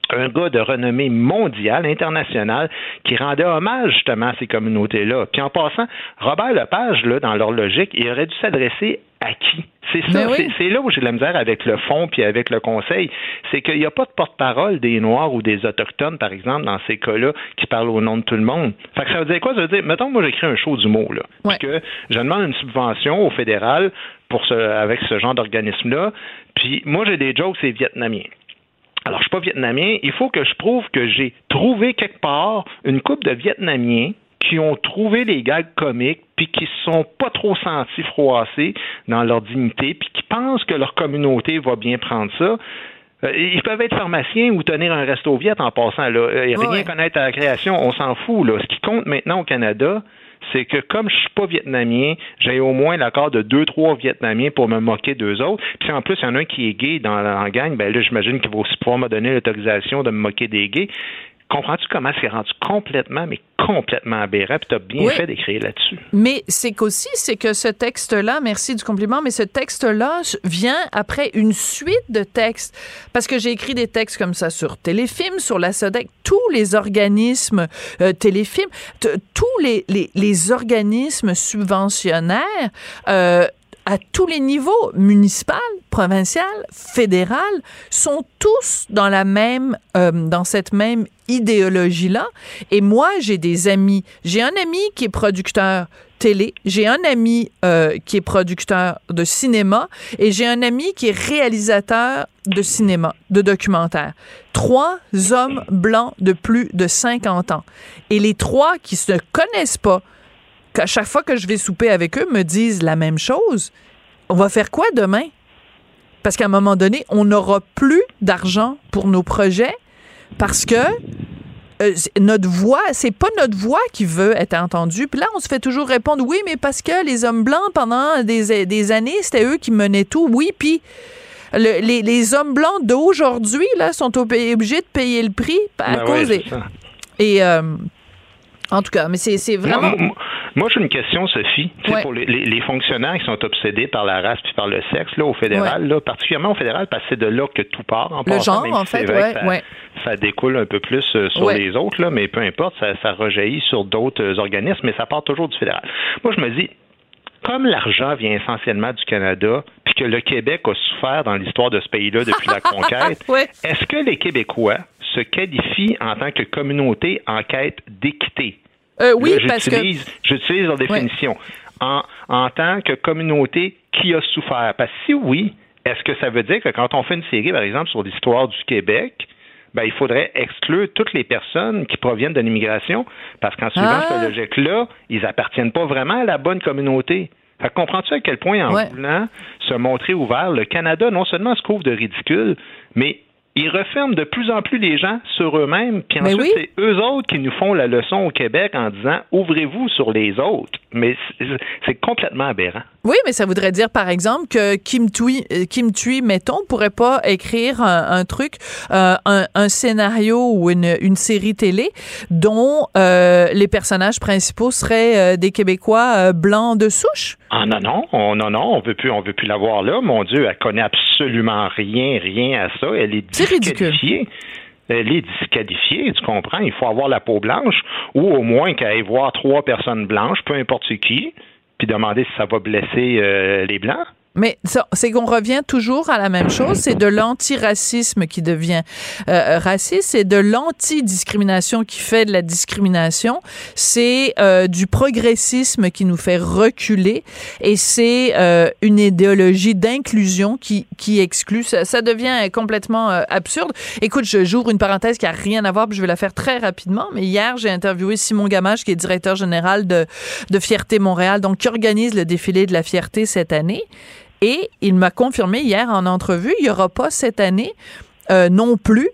un gars de renommée mondiale, internationale, qui rendait hommage justement à ces communautés-là. Puis en passant, Robert Lepage, là, dans leur logique, il aurait dû s'adresser à qui? C'est ça, oui. c'est, c'est là où j'ai de la misère avec le fond puis avec le conseil. C'est qu'il n'y a pas de porte-parole des Noirs ou des Autochtones, par exemple, dans ces cas-là, qui parlent au nom de tout le monde. Fait que ça veut dire quoi? Ça veut dire, mettons que moi j'écris un show d'humour, là, ouais. puis que je demande une subvention au fédéral pour ce, avec ce genre d'organisme-là, puis moi j'ai des jokes, c'est vietnamien. Alors, je suis pas vietnamien. Il faut que je prouve que j'ai trouvé quelque part une couple de Vietnamiens qui ont trouvé les gags comiques puis qui se sont pas trop sentis froissés dans leur dignité puis qui pensent que leur communauté va bien prendre ça. Euh, ils peuvent être pharmaciens ou tenir un resto viet en passant. Là. Et rien ouais. connaître à la création, on s'en fout. Là. Ce qui compte maintenant au Canada, c'est que comme je suis pas vietnamien, j'ai au moins l'accord de deux, trois Vietnamiens pour me moquer d'eux autres. Puis en plus, il y en a un qui est gay dans la gang, ben là, j'imagine qu'il va aussi pouvoir me donner l'autorisation de me moquer des gays. Comprends-tu comment c'est rendu complètement, mais complètement aberrant, puis tu as bien oui. fait d'écrire là-dessus. Mais c'est qu'aussi, c'est que ce texte-là, merci du compliment, mais ce texte-là vient après une suite de textes, parce que j'ai écrit des textes comme ça sur Téléfilm, sur la SODEC, tous les organismes euh, Téléfilm, t- tous les, les, les organismes subventionnaires, euh, à tous les niveaux, municipal, provincial, fédéral, sont tous dans la même, euh, dans cette même idéologie-là. Et moi, j'ai des amis. J'ai un ami qui est producteur télé, j'ai un ami euh, qui est producteur de cinéma et j'ai un ami qui est réalisateur de cinéma, de documentaire. Trois hommes blancs de plus de cinquante ans. Et les trois qui se connaissent pas, qu'à chaque fois que je vais souper avec eux, me disent la même chose. On va faire quoi demain? Parce qu'à un moment donné, on n'aura plus d'argent pour nos projets parce que euh, notre voix, c'est pas notre voix qui veut être entendue. Puis là, on se fait toujours répondre, oui, mais parce que les hommes blancs, pendant des, des années, c'était eux qui menaient tout. Oui, puis le, les, les hommes blancs d'aujourd'hui, là, sont obligés de payer le prix à ben cause ouais, des... Et... Euh, en tout cas, mais c'est, c'est vraiment... Moi, moi, moi, j'ai une question, Sophie. Ouais. Pour les, les, les fonctionnaires qui sont obsédés par la race puis par le sexe, là, au fédéral, ouais. là, particulièrement au fédéral, parce que c'est de là que tout part. En le passant, genre, en fait, ouais, ça, ouais. ça découle un peu plus euh, sur ouais. les autres, là, mais peu importe, ça, ça rejaillit sur d'autres euh, organismes, mais ça part toujours du fédéral. Moi, je me dis, comme l'argent vient essentiellement du Canada, puis que le Québec a souffert dans l'histoire de ce pays-là depuis la conquête, ouais. est-ce que les Québécois se qualifient en tant que communauté en quête d'équité? Euh, oui, Là, parce j'utilise, que... J'utilise leur définition. Ouais. En, en tant que communauté qui a souffert. Parce que si oui, est-ce que ça veut dire que quand on fait une série, par exemple, sur l'histoire du Québec, ben, il faudrait exclure toutes les personnes qui proviennent de l'immigration? Parce qu'en suivant ah. cette logique-là, ils appartiennent pas vraiment à la bonne communauté. Fait que comprends-tu à quel point, en ouais. voulant se montrer ouvert, le Canada non seulement se couvre de ridicule, mais ils referment de plus en plus les gens sur eux-mêmes, puis ensuite, oui. c'est eux autres qui nous font la leçon au Québec en disant « ouvrez-vous sur les autres ». Mais c'est, c'est complètement aberrant. Oui, mais ça voudrait dire, par exemple, que Kim Thuy, Kim Thuy mettons, pourrait pas écrire un, un truc, euh, un, un scénario ou une, une série télé dont euh, les personnages principaux seraient euh, des Québécois euh, blancs de souche? Ah non, non, on, non, non, on veut plus, on veut plus l'avoir là. Mon Dieu, elle connaît absolument rien, rien à ça. Elle est C'est disqualifiée. Elle est disqualifiée, tu comprends? Il faut avoir la peau blanche ou au moins qu'elle aille voir trois personnes blanches, peu importe qui, puis demander si ça va blesser euh, les Blancs. Mais ça, c'est qu'on revient toujours à la même chose, c'est de l'antiracisme qui devient euh, raciste, c'est de l'antidiscrimination qui fait de la discrimination, c'est euh, du progressisme qui nous fait reculer et c'est euh, une idéologie d'inclusion qui, qui exclut. Ça, ça devient complètement euh, absurde. Écoute, je, j'ouvre une parenthèse qui a rien à voir, puis je vais la faire très rapidement, mais hier, j'ai interviewé Simon Gamache, qui est directeur général de, de Fierté Montréal, donc qui organise le défilé de la fierté cette année. Et il m'a confirmé hier en entrevue, il n'y aura pas cette année euh, non plus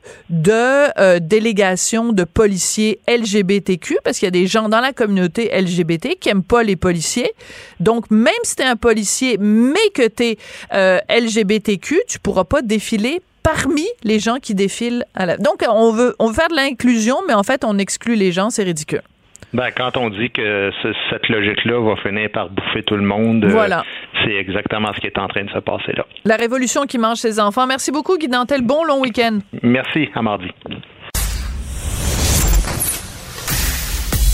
de euh, délégation de policiers L G B T Q, parce qu'il y a des gens dans la communauté L G B T qui n'aiment pas les policiers. Donc, même si tu es un policier, mais que tu es euh, L G B T Q, tu ne pourras pas défiler parmi les gens qui défilent à la... Donc, on veut, on veut faire de l'inclusion, mais en fait, on exclut les gens, c'est ridicule. Ben, quand on dit que ce, cette logique-là va finir par bouffer tout le monde, voilà. euh, c'est exactement ce qui est en train de se passer là. La révolution qui mange ses enfants. Merci beaucoup, Guy Nantel. Bon long week-end. Merci. À mardi.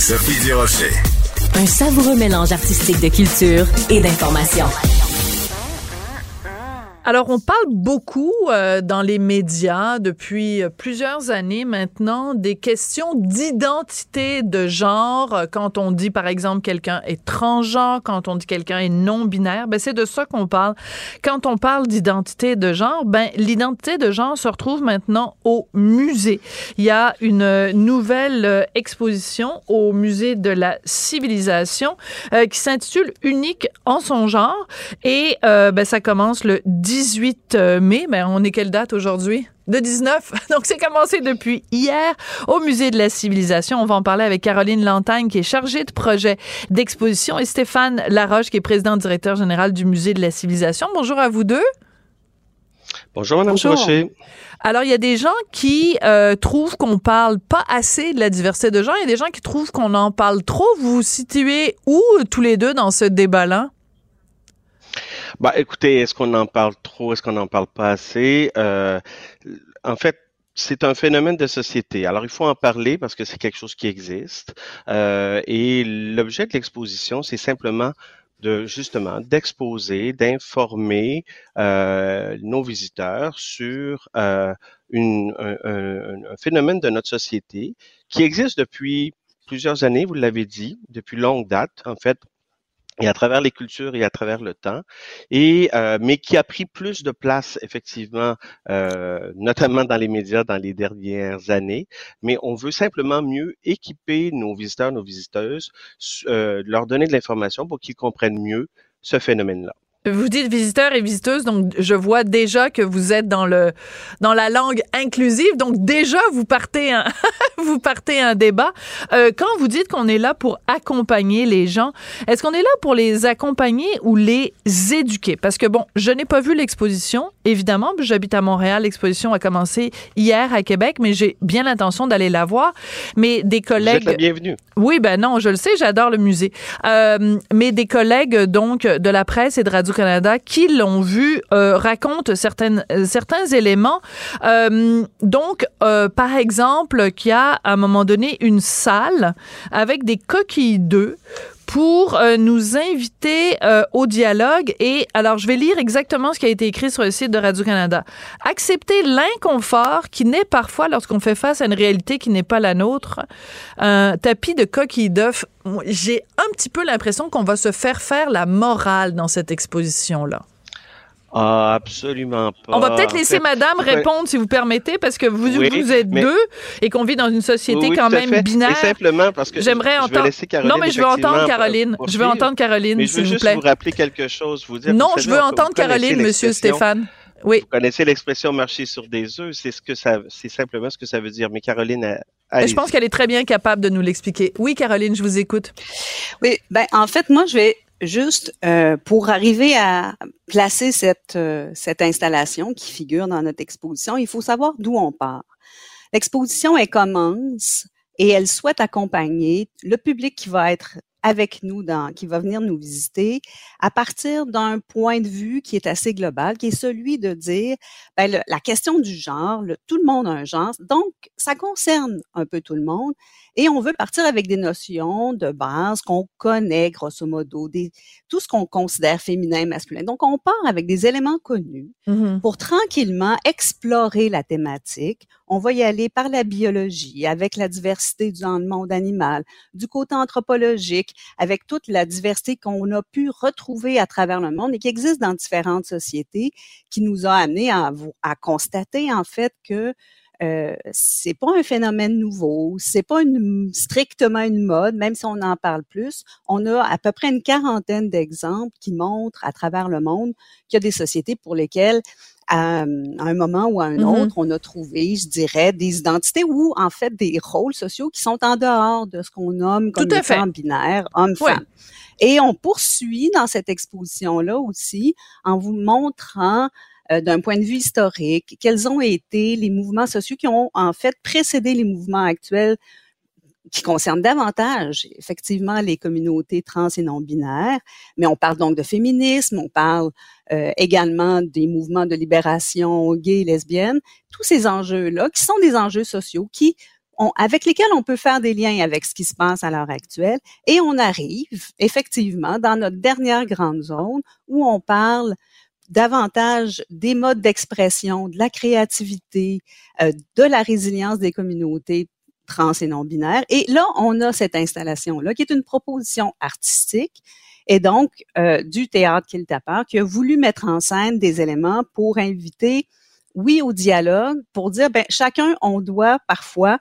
Sophie Durocher. Un savoureux mélange artistique de culture et d'information. Alors, on parle beaucoup euh, dans les médias depuis plusieurs années maintenant des questions d'identité de genre. Quand on dit, par exemple, quelqu'un est transgenre, quand on dit quelqu'un est non-binaire, ben c'est de ça qu'on parle. Quand on parle d'identité de genre, ben l'identité de genre se retrouve maintenant au musée. Il y a une nouvelle exposition au musée de la civilisation euh, qui s'intitule « Unique en son genre » et euh, ben ça commence le dix-huit mai, mais on est quelle date aujourd'hui? Le dix-neuf. Donc, c'est commencé depuis hier au Musée de la Civilisation. On va en parler avec Caroline Lantagne, qui est chargée de projet d'exposition, et Stéphane Laroche, qui est président directeur général du Musée de la Civilisation. Bonjour à vous deux. Bonjour, Mme Durocher. Alors, il y a des gens qui euh, trouvent qu'on parle pas assez de la diversité de genre. Il y a des gens qui trouvent qu'on en parle trop. Vous vous situez où, tous les deux, dans ce débat-là? Bah, écoutez, est-ce qu'on en parle trop? Est-ce qu'on n'en parle pas assez? Euh, en fait, c'est un phénomène de société. Alors, il faut en parler parce que c'est quelque chose qui existe. Euh, et l'objet de l'exposition, c'est simplement de justement d'exposer, d'informer euh, nos visiteurs sur euh, une, un, un, un phénomène de notre société qui existe depuis plusieurs années, vous l'avez dit, depuis longue date, en fait. Et à travers les cultures et à travers le temps, et euh, mais qui a pris plus de place effectivement, euh, notamment dans les médias dans les dernières années. Mais on veut simplement mieux équiper nos visiteurs, nos visiteuses, euh, leur donner de l'information pour qu'ils comprennent mieux ce phénomène-là. Vous dites visiteurs et visiteuses, donc je vois déjà que vous êtes dans le dans la langue inclusive, donc déjà vous partez un vous partez un débat. Euh, quand vous dites qu'on est là pour accompagner les gens, est-ce qu'on est là pour les accompagner ou les éduquer? Parce que bon, je n'ai pas vu l'exposition, évidemment, j'habite à Montréal, l'exposition a commencé hier à Québec, mais j'ai bien l'intention d'aller la voir. Mais des collègues... Vous êtes la bienvenue. Oui, ben non, je le sais, j'adore le musée. Euh, mais des collègues donc de la presse et de Radio-Canada qui l'ont vu euh, racontent certaines, euh, certains éléments. Euh, donc, euh, par exemple, qu'il y a à un moment donné une salle avec des coquilles d'œufs pour euh, nous inviter euh, au dialogue. Et alors, je vais lire exactement ce qui a été écrit sur le site de Radio-Canada. Accepter l'inconfort qui naît parfois lorsqu'on fait face à une réalité qui n'est pas la nôtre. Un tapis de coquilles d'œufs. J'ai un petit peu l'impression qu'on va se faire faire la morale dans cette exposition-là. Ah, absolument pas. On va peut-être laisser en fait, madame répondre, si vous permettez, parce que vous, oui, vous êtes mais... deux et qu'on vit dans une société oui, quand même fait. binaire. Et simplement parce que j'aimerais je entendre... vais laisser Caroline. Non, mais je veux entendre Caroline. Je veux entendre Caroline, mais je veux s'il juste vous plaît. vous rappeler quelque chose. Vous dire, non, vous je savez, veux on, entendre Caroline, monsieur Stéphane. Oui. Vous connaissez l'expression marcher sur des œufs, c'est ce que ça, c'est simplement ce que ça veut dire. Mais Caroline, allez-y. Je pense qu'elle est très bien capable de nous l'expliquer. Oui, Caroline, je vous écoute. Oui, ben en fait, moi, je vais juste euh, pour arriver à placer cette euh, cette installation qui figure dans notre exposition, il faut savoir d'où on part. L'exposition, elle commence et elle souhaite accompagner le public qui va être avec nous, dans, qui va venir nous visiter, à partir d'un point de vue qui est assez global, qui est celui de dire, ben, le, la question du genre, le, tout le monde a un genre, donc ça concerne un peu tout le monde, et on veut partir avec des notions de base qu'on connaît, grosso modo, des, tout ce qu'on considère féminin, masculin. Donc, on part avec des éléments connus mm-hmm. pour tranquillement explorer la thématique. On va y aller par la biologie, avec la diversité dans le monde animal, du côté anthropologique, avec toute la diversité qu'on a pu retrouver à travers le monde et qui existe dans différentes sociétés, qui nous a amené à, à constater en fait que euh, c'est pas un phénomène nouveau, c'est pas une, strictement une mode, même si on en parle plus. On a à peu près une quarantaine d'exemples qui montrent à travers le monde qu'il y a des sociétés pour lesquelles à un moment ou à un mm-hmm. autre, on a trouvé, je dirais, des identités ou en fait des rôles sociaux qui sont en dehors de ce qu'on nomme comme étant binaire, homme-femme. Oui. Et on poursuit dans cette exposition-là aussi en vous montrant euh, d'un point de vue historique quels ont été les mouvements sociaux qui ont en fait précédé les mouvements actuels qui concerne davantage, effectivement, les communautés trans et non-binaires, mais on parle donc de féminisme, on parle euh, également des mouvements de libération gays et lesbiennes, tous ces enjeux-là, qui sont des enjeux sociaux qui, on, avec lesquels on peut faire des liens avec ce qui se passe à l'heure actuelle. Et on arrive effectivement dans notre dernière grande zone où on parle davantage des modes d'expression, de la créativité, euh, de la résilience des communautés trans et non-binaires. Et là, on a cette installation-là qui est une proposition artistique et donc euh, du théâtre Kiltaper qui a voulu mettre en scène des éléments pour inviter, oui, au dialogue, pour dire, ben chacun, on doit parfois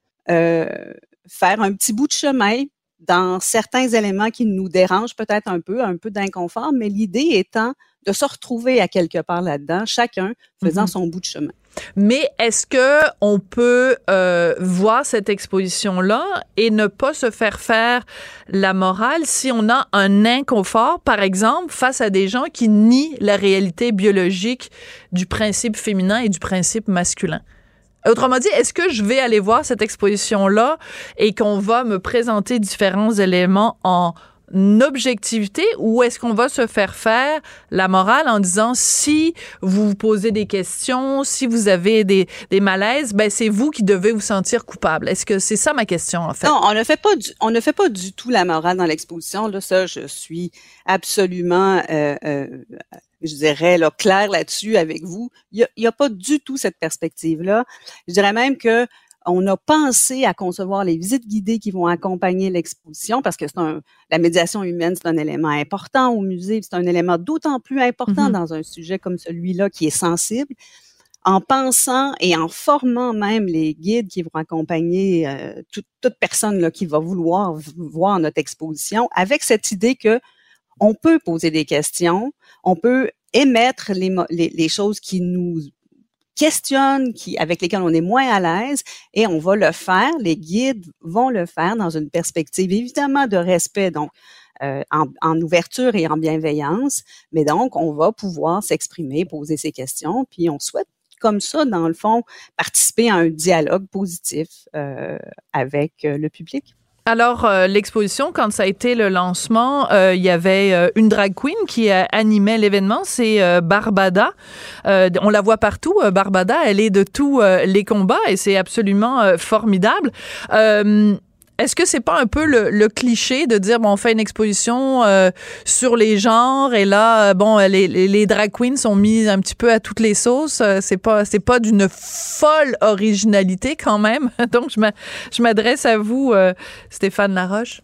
euh, faire un petit bout de chemin dans certains éléments qui nous dérangent peut-être un peu, un peu d'inconfort, mais l'idée étant de se retrouver à quelque part là-dedans, chacun faisant mm-hmm. son bout de chemin. Mais est-ce que on peut euh, voir cette exposition-là et ne pas se faire faire la morale si on a un inconfort, par exemple, face à des gens qui nient la réalité biologique du principe féminin et du principe masculin? Autrement dit, est-ce que je vais aller voir cette exposition-là et qu'on va me présenter différents éléments en objectivité, ou est-ce qu'on va se faire faire la morale en disant si vous vous posez des questions, si vous avez des, des malaises, ben c'est vous qui devez vous sentir coupable? Est-ce que c'est ça ma question en fait? Non, on ne fait pas du, on ne fait pas du tout la morale dans l'exposition. Là, ça, je suis absolument, euh, euh, je dirais là claire là-dessus avec vous. Il y a, il y a pas du tout cette perspective-là. Je dirais même que on a pensé à concevoir les visites guidées qui vont accompagner l'exposition parce que c'est un, la médiation humaine, c'est un élément important au musée, c'est un élément d'autant plus important mm-hmm. dans un sujet comme celui-là qui est sensible. En pensant et en formant même les guides qui vont accompagner euh, toute, toute personne là, qui va vouloir voir notre exposition, avec cette idée que on peut poser des questions, on peut émettre les, les, les choses qui nous questionnent, qui, avec lesquels on est moins à l'aise, et on va le faire, les guides vont le faire dans une perspective évidemment de respect, donc euh, en, en ouverture et en bienveillance, mais donc on va pouvoir s'exprimer, poser ses questions, puis on souhaite comme ça, dans le fond, participer à un dialogue positif euh, avec euh, le public. Alors, euh, l'exposition, quand ça a été le lancement, euh, il y avait euh, une drag queen qui euh, animait l'événement, c'est euh, Barbada. Euh, on la voit partout, euh, Barbada, elle est de tous euh, les combats et c'est absolument euh, formidable. Euh, Est-ce que c'est pas un peu le, le cliché de dire bon on fait une exposition euh, sur les genres et là euh, bon les, les les drag queens sont mises un petit peu à toutes les sauces, euh, c'est pas c'est pas d'une folle originalité quand même. Donc je m'a, je m'adresse à vous euh, Stéphane Laroche.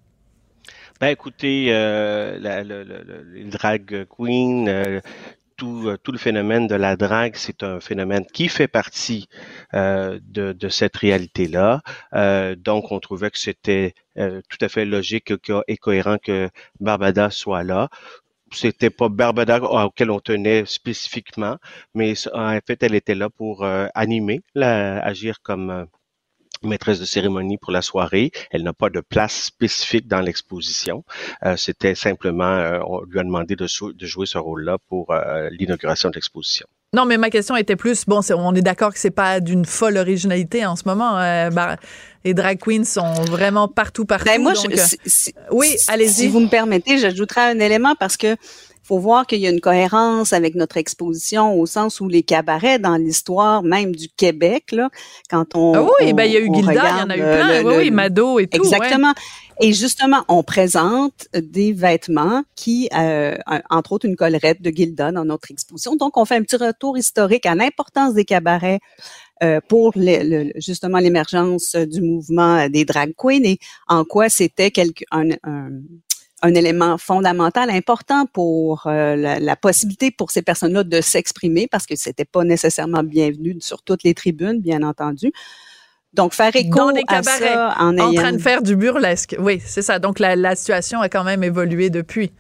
Ben écoutez euh, la, la, la, les drag queens euh, Tout, tout le phénomène de la drague, c'est un phénomène qui fait partie euh, de, de cette réalité-là. Euh, donc, on trouvait que c'était euh, tout à fait logique et cohérent que Barbada soit là. C'était pas Barbada auquel on tenait spécifiquement, mais en fait, elle était là pour euh, animer, la, agir comme euh, maîtresse de cérémonie pour la soirée. Elle n'a pas de place spécifique dans l'exposition. Euh, c'était simplement, euh, on lui a demandé de, sou- de jouer ce rôle-là pour euh, l'inauguration de l'exposition. Non, mais ma question était plus, bon, c'est, on est d'accord que c'est pas d'une folle originalité en ce moment. Euh, bah, les drag queens sont vraiment partout, partout. Ben moi, donc, je, si, si, oui, allez-y. Si vous me permettez, j'ajouterai un élément parce que faut voir qu'il y a une cohérence avec notre exposition au sens où les cabarets dans l'histoire même du Québec, là, quand on ah oui, on, ben il y a eu Gilda, il y en a eu plein, le, oui, le, oui, Mado et tout. Exactement. Ouais. Et justement, on présente des vêtements qui, euh, entre autres, une collerette de Gilda dans notre exposition. Donc, on fait un petit retour historique à l'importance des cabarets euh, pour le, le, justement l'émergence du mouvement des drag queens et en quoi c'était quelque, un, un un élément fondamental, important pour euh, la, la possibilité pour ces personnes-là de s'exprimer parce que c'était pas nécessairement bienvenu sur toutes les tribunes, bien entendu. Donc, faire écho dans des à cabarets, ça en ayant... en train de faire du burlesque. Oui, c'est ça. Donc, la, la situation a quand même évolué depuis.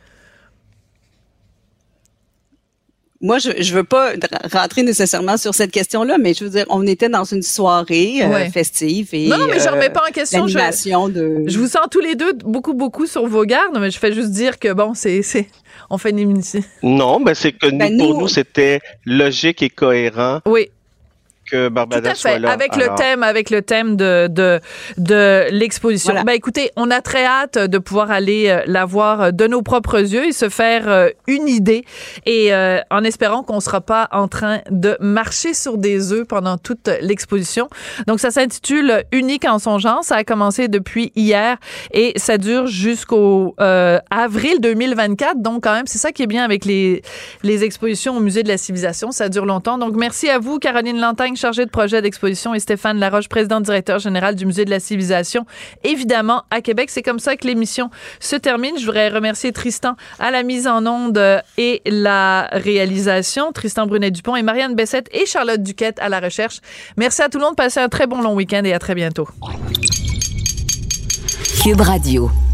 Moi, je je veux pas rentrer nécessairement sur cette question-là, mais je veux dire, on était dans une soirée euh, ouais. festive et non, non, mais je remets pas en question. L'animation je, de. Je vous sens tous les deux beaucoup, beaucoup sur vos gardes, mais je fais juste dire que bon, c'est, c'est, on fait une émission. Non, ben c'est que ben nous, pour nous, c'était logique et cohérent. Oui. que Barbada Tout à fait, soit là. avec Alors... le thème, avec le thème de de de l'exposition. Voilà. Ben écoutez, on a très hâte de pouvoir aller euh, la voir de nos propres yeux et se faire euh, une idée, et euh, en espérant qu'on sera pas en train de marcher sur des œufs pendant toute l'exposition. Donc ça s'intitule Unique en son genre. Ça a commencé depuis hier et ça dure jusqu'au euh, avril deux mille vingt-quatre. Donc quand même, c'est ça qui est bien avec les les expositions au Musée de la Civilisation. Ça dure longtemps. Donc merci à vous, Caroline Lantagne, chargée de projet d'exposition, et Stéphane Laroche, président directeur général du Musée de la Civilisation, évidemment à Québec. C'est comme ça que l'émission se termine. Je voudrais remercier Tristan à la mise en onde et la réalisation, Tristan Brunet-Dupont, et Marianne Bessette et Charlotte Duquette à la recherche. Merci à tout le monde. Passez un très bon long week-end et à très bientôt. Cube Radio.